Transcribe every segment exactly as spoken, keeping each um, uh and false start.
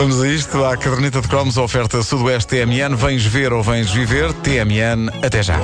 Vamos a isto, à caderneta de cromos, a oferta Sudoeste T M N. Vens ver ou vens viver? T M N, até já.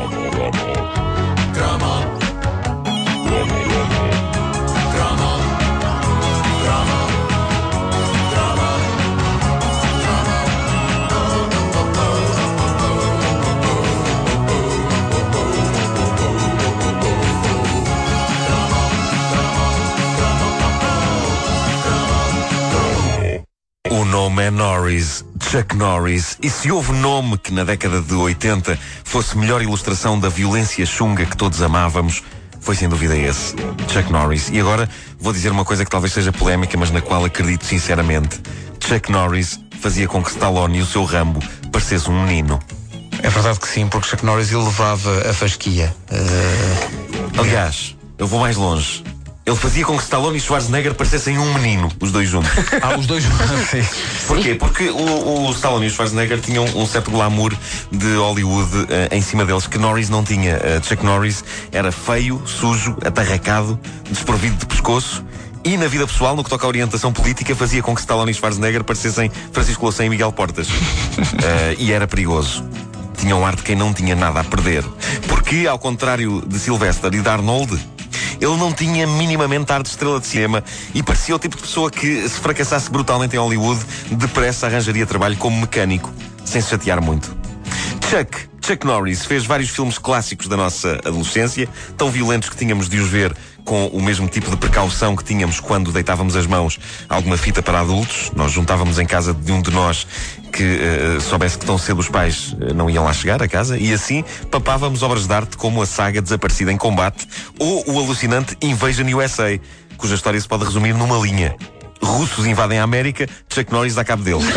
O nome é Norris, Chuck Norris, e se houve nome que na década de oitenta fosse melhor ilustração da violência chunga que todos amávamos, foi sem dúvida esse, Chuck Norris. E agora vou dizer uma coisa que talvez seja polémica, mas na qual acredito sinceramente. Chuck Norris fazia com que Stallone e o seu Rambo parecesse um menino. É verdade que sim, porque Chuck Norris elevava a fasquia. Uh... Aliás, eu vou mais longe. Ele fazia com que Stallone e Schwarzenegger parecessem um menino, os dois juntos. Ah, os dois juntos. Porquê? Porque o, o Stallone e o Schwarzenegger tinham um certo glamour de Hollywood uh, em cima deles, que Norris não tinha. Uh, Chuck Norris era feio, sujo, atarracado, desprovido de pescoço. E na vida pessoal, no que toca à orientação política, fazia com que Stallone e Schwarzenegger parecessem Francisco Louçã e Miguel Portas. Uh, e era perigoso. Tinha um ar de quem não tinha nada a perder. Porque, ao contrário de Sylvester e de Arnold, ele não tinha minimamente ar de estrela de cinema e parecia o tipo de pessoa que, se fracassasse brutalmente em Hollywood, depressa arranjaria trabalho como mecânico, sem se chatear muito. Chuck, Chuck Norris fez vários filmes clássicos da nossa adolescência, tão violentos que tínhamos de os ver com o mesmo tipo de precaução que tínhamos quando deitávamos as mãos a alguma fita para adultos. Nós juntávamos em casa de um de nós que uh, soubesse que tão cedo os pais uh, não iam lá chegar a casa, e assim papávamos obras de arte como a saga Desaparecida em Combate ou o alucinante Invasion U S A, cuja história se pode resumir numa linha: russos invadem a América, Chuck Norris dá cabo dele.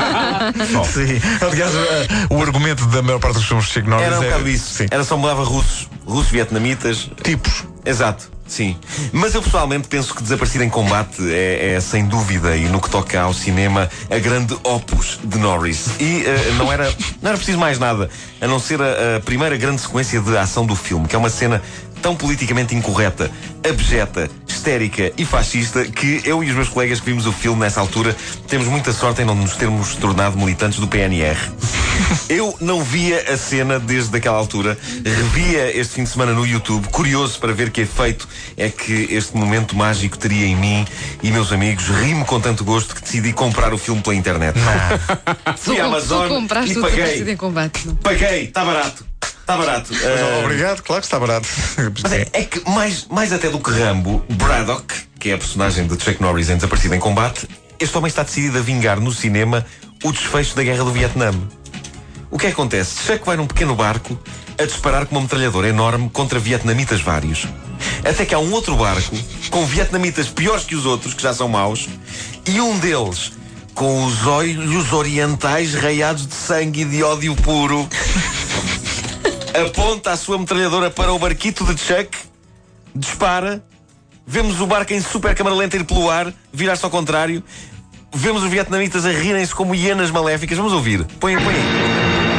Sim, aliás, uh, o argumento da maior parte dos filmes de Chuck Norris era um é... bocado isso. Sim. Era só mudava russos, russos vietnamitas, tipos. Exato. Sim, mas eu pessoalmente penso que Desaparecida em Combate é, é sem dúvida, e no que toca ao cinema, a grande opus de Norris. E uh, não, era, não era preciso mais nada, a não ser a, a primeira grande sequência de ação do filme, que é uma cena tão politicamente incorreta, abjeta, histérica e fascista, que eu e os meus colegas que vimos o filme nessa altura temos muita sorte em não nos termos tornado militantes do P N R. Eu não via a cena desde aquela altura, revia este fim de semana no YouTube, curioso para ver que efeito é que este momento mágico teria em mim e meus amigos. Ri-me com tanto gosto que decidi comprar o filme pela internet. Fui à Amazon e paguei. Paguei, está barato. Está barato. Uh... Obrigado, claro que está barato. Mas é, é que mais, mais até do que Rambo, Braddock, que é a personagem de Chuck Norris em Desaparecida em Combate, este homem está decidido a vingar no cinema o desfecho da Guerra do Vietnã. O que é que acontece? Chuck vai num pequeno barco a disparar com uma metralhadora enorme contra vietnamitas vários. Até que há um outro barco com vietnamitas piores que os outros, que já são maus, e um deles com os olhos orientais raiados de sangue e de ódio puro aponta a sua metralhadora para o barquito de Chuck, dispara, vemos o barco em super câmara lenta ir pelo ar, virar-se ao contrário, vemos os vietnamitas a rirem-se como hienas maléficas. Vamos ouvir. Põe, põe aí.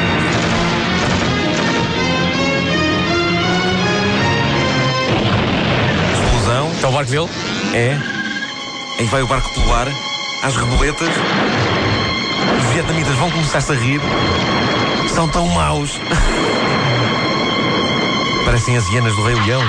Explosão. Está o barco dele? É. Aí vai o barco pelo ar, às reboletas. Os vietnamitas vão começar-se a rir. São tão maus. Parecem as hienas do Rei Leão.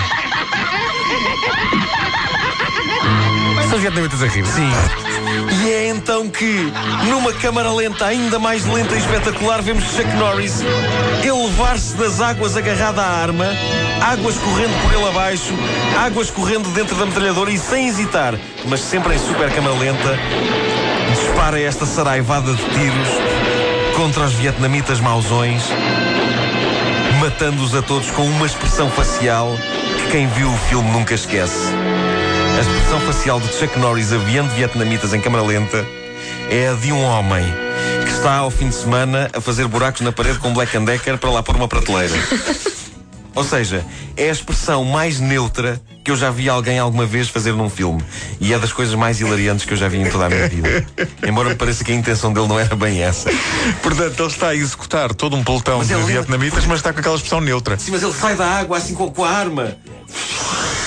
São os vietnamitas a rir. Sim. E é então que, numa câmara lenta, ainda mais lenta e espetacular, vemos Chuck Norris elevar-se das águas agarrado à arma, águas correndo por ele abaixo, águas correndo dentro da metralhadora, e sem hesitar, mas sempre em super câmara lenta, dispara esta saraivada de tiros contra os vietnamitas mauzões, matando-os a todos com uma expressão facial que quem viu o filme nunca esquece. A expressão facial de Chuck Norris aviando vietnamitas em câmara lenta é a de um homem que está ao fim de semana a fazer buracos na parede com Black and Decker para lá pôr uma prateleira. Ou seja, é a expressão mais neutra que eu já vi alguém alguma vez fazer num filme. E é das coisas mais hilariantes que eu já vi em toda a minha vida. Embora me pareça que a intenção dele não era bem essa. Portanto, ele está a executar todo um pelotão de vietnamitas, mas está com aquela expressão neutra. Sim, mas ele sai da água assim com, com a arma.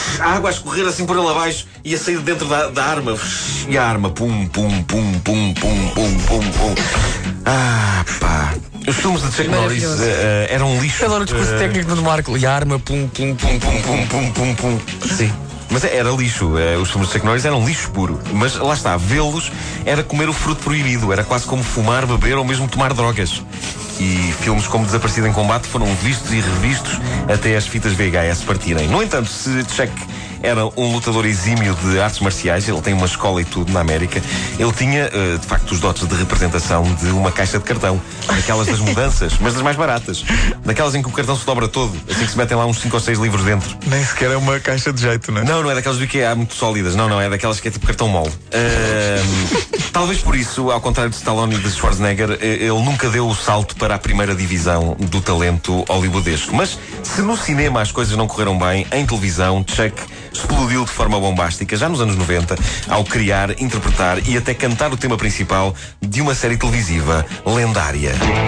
a água a escorrer assim por ele abaixo e a sair de dentro da, da arma. E a arma, pum, pum, pum, pum, pum, pum, pum, pum. Ah, pá. Os filmes de Chuck Norris uh, eram um lixo. Eu adoro o discurso uh, técnico do Marco. E a arma, pum, pum, pum, pum, pum, pum, pum, pum. Sim. Mas era lixo, os filmes de Chuck Norris eram lixo puro. Mas lá está, vê-los era comer o fruto proibido. Era quase como fumar, beber ou mesmo tomar drogas. E filmes como Desaparecido em Combate foram vistos e revistos até as fitas V H S partirem. No entanto, se Chuck era um lutador exímio de artes marciais, ele tem uma escola e tudo na América, ele tinha, de facto, os dotes de representação de uma caixa de cartão. Daquelas das mudanças, mas das mais baratas. Daquelas em que o cartão se dobra todo, assim que se metem lá uns cinco ou seis livros dentro. Nem sequer é uma caixa de jeito, não é? Não, não é daquelas do IKEA muito sólidas. Não, não, é daquelas que é tipo cartão mole. Uh, talvez por isso, ao contrário de Stallone e de Schwarzenegger, ele nunca deu o salto para a primeira divisão do talento hollywoodesco. Mas se no cinema as coisas não correram bem, em televisão, Chuck explodiu de forma bombástica, já nos anos noventa, ao criar, interpretar e até cantar o tema principal de uma série televisiva lendária.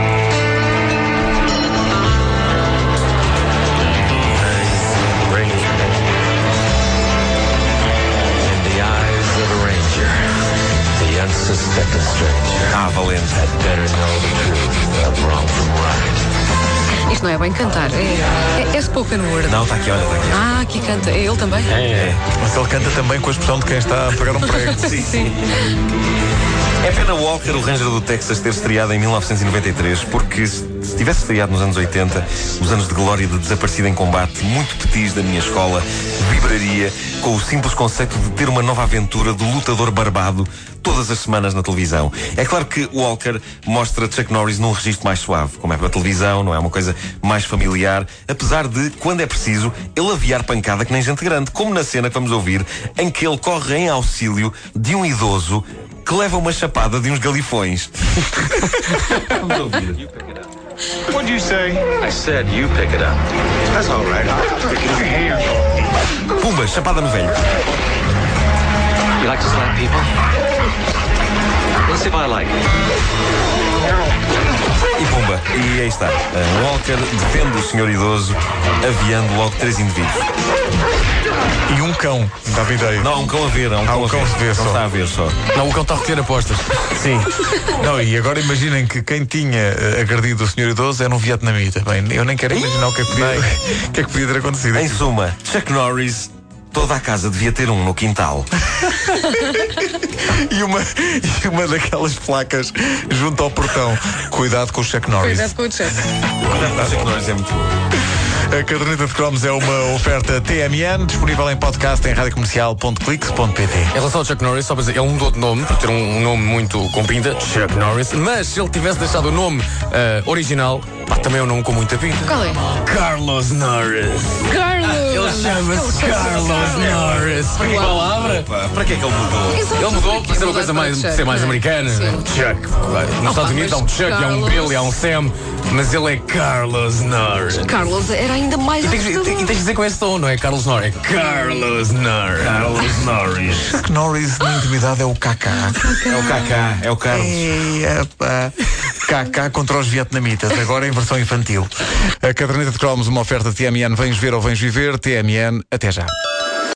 Ah, valente. Isto não é bem cantar, é, é, é spoken word. Não, está aqui, olha, está aqui. Ah, aqui canta. É ele também? É, é. Mas ele canta também com a expressão de quem está a pegar um prego. Sim, sim. É pena Walker, o Ranger do Texas, ter estreado em mil novecentos e noventa e três, porque se tivesse estreado nos anos oitenta, os anos de glória de Desaparecido em Combate, muito petis da minha escola, vibraria com o simples conceito de ter uma nova aventura do lutador barbado todas as semanas na televisão. É claro que Walker mostra Chuck Norris num registro mais suave, como é para a televisão, não é uma coisa mais familiar, apesar de, quando é preciso, ele aviar pancada que nem gente grande, como na cena que vamos ouvir, em que ele corre em auxílio de um idoso que leva uma chapada de uns galifões. Vamos ouvir. What'd you say? I said you pick it up. That's all right. I'll pick it up. Here. Pumba, chapada no velho. You like to slap people? Let's see if I like it. E pumba, e aí está. Uh, Walker defende o senhor idoso, aviando logo três indivíduos. E um cão, dá-me ideia. Não, há um cão a ver, há um Há cão, um a cão ver. a ver Não só. está a ver só. Não, o cão está a recolher apostas. Sim. Não, e agora imaginem que quem tinha uh, agredido o senhor idoso era um vietnamita. Bem, eu nem quero imaginar o que é que podia, o que é que podia ter acontecido. Em suma, Chuck Norris, toda a casa devia ter um no quintal. E uma, e uma daquelas placas junto ao portão. Cuidado com o Chuck Norris. Cuidado com o Chuck. Chuck Norris é muito bom. A caderneta de cromos é uma oferta T M N, disponível em podcast em radiocomercial ponto clix ponto pt. Em relação ao Chuck Norris, só para dizer, ele mudou de nome, por ter um, um nome muito com pinta, Chuck Norris, mas se ele tivesse deixado o nome uh, original, pá, também é um nome com muita pinta. Qual é? Carlos Norris. Carlos! Ele chama-se Carlos Norris. Que palavra? Pá, para que é que ele mudou? Exato. Ele mudou para ser uma coisa Mudar mais, para ser mais Chuck, americana. não é? Chuck. Nos Estados Unidos há um mas Chuck, há um Carlos- Billy, há um Sam, mas ele é Carlos Norris. Carlos era ainda mais E tens, e assustador. tens de dizer com esse tom, não é Carlos Norris, é Carlos Norris. Carlos Norris. Chuck Norris na intimidade é o Kaká. É o Kaká, é o Carlos. Epa. Kaká contra os vietnamitas, agora em versão infantil. A caderneta de cromos, uma oferta T M N, vens ver ou vens viver, T M N, até já.